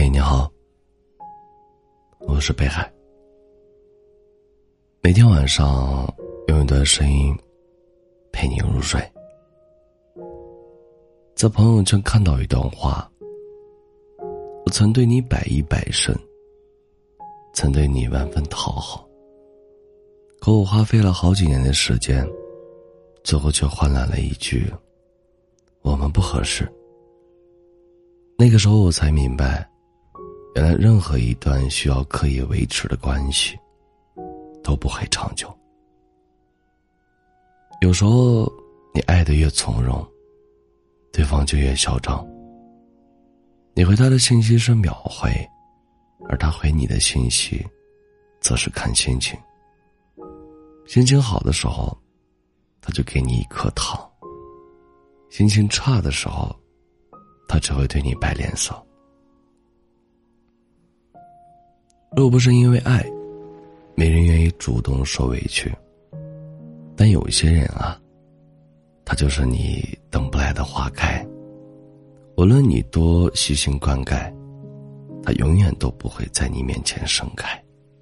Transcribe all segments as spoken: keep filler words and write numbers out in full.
嘿，你好，我是北海。每天晚上用一段声音陪你入睡。在朋友圈看到一段话：我曾对你百依百顺，曾对你万分讨好，可我花费了好几年的时间，最后却换来了一句我们不合适。那个时候我才明白，原来任何一段需要刻意维持的关系都不会长久。有时候你爱得越从容，对方就越嚣张。你回他的信息是秒回，而他回你的信息则是看心情。心情好的时候他就给你一颗糖，心情差的时候他只会对你摆脸色。若不是因为爱，没人愿意主动受委屈。但有一些人啊，他就是你等不来的花开，无论你多细心灌溉，他永远都不会在你面前盛开。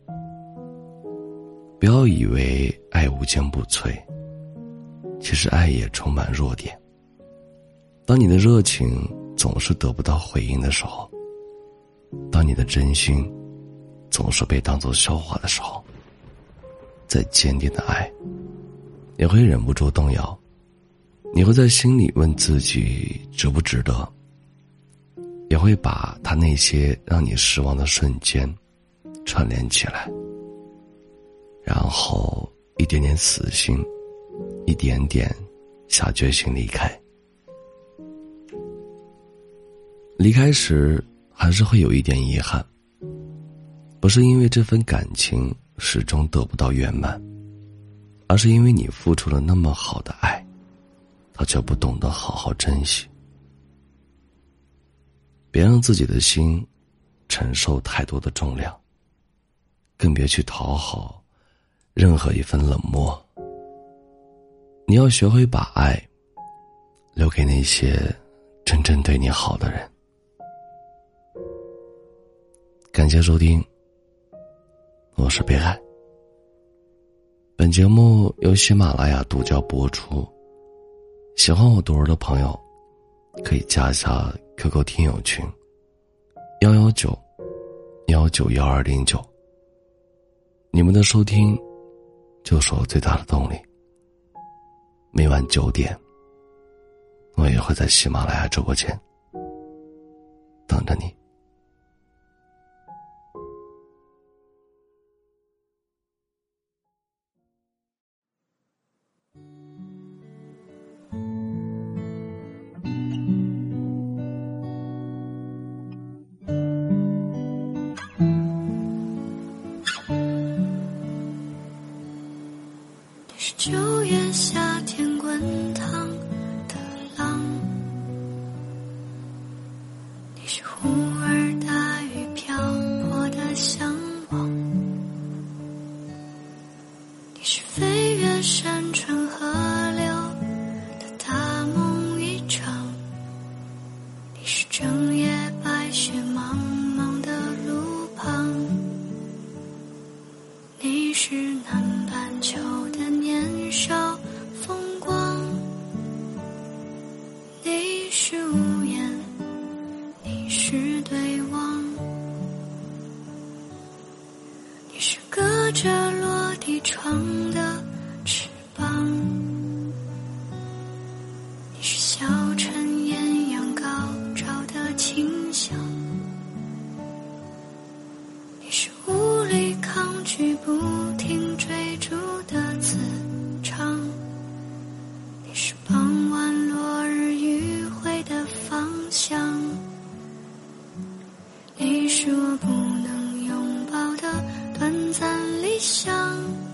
不要以为爱无坚不摧，其实爱也充满弱点。当你的热情总是得不到回应的时候，当你的真心总是被当作笑话的时候，再坚定的爱也会忍不住动摇。你会在心里问自己值不值得，也会把他那些让你失望的瞬间串联起来，然后一点点死心，一点点下决心离开。离开时还是会有一点遗憾，不是因为这份感情始终得不到圆满，而是因为你付出了那么好的爱，他却不懂得好好珍惜。别让自己的心承受太多的重量，更别去讨好任何一份冷漠。你要学会把爱留给那些真正对你好的人。感谢收听，我是北海。本节目由喜马拉雅独家播出。喜欢我读儿的朋友可以加一下 Q Q 听友群幺幺九幺九幺二零九，你们的收听就是我最大的动力。每晚九点我也会在喜马拉雅直播间等着你。 九月夏天滚烫的浪，你是忽而大雨瓢泼的向往，你是飞越山川河流的大梦一场，你是整夜白雪茫茫的路旁，你是南半球的年少风光，你是无言，你是对望，你是隔着落地窗的翅膀，你是小城艳阳高照的清香，你是无力抗拒不停追逐的磁场，你是傍晚落日余晖的方向，你是我不能拥抱的短暂理想，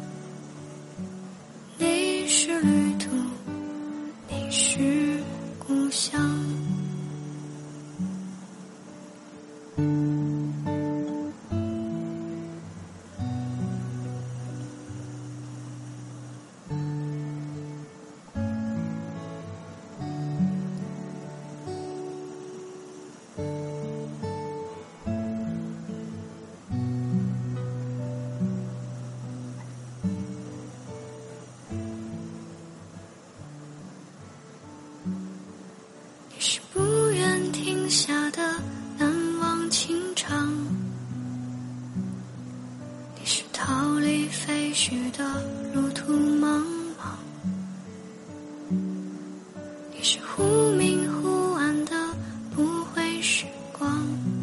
你是旅途，你是故乡。 时光。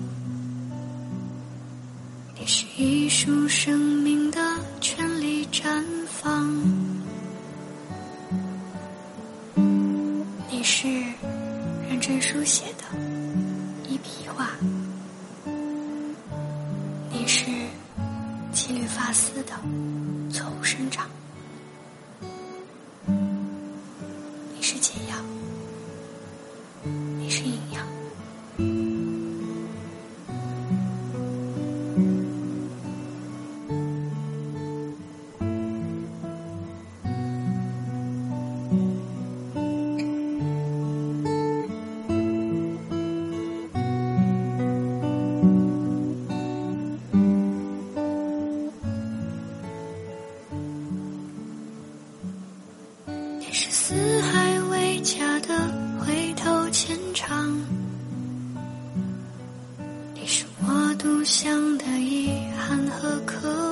你是一束生命的全力绽放，你是认真书写的一笔一画，你是纪律发丝的错误生长，你是解药，你是营养。是四海为家的回头牵肠，你是我独享的遗憾和渴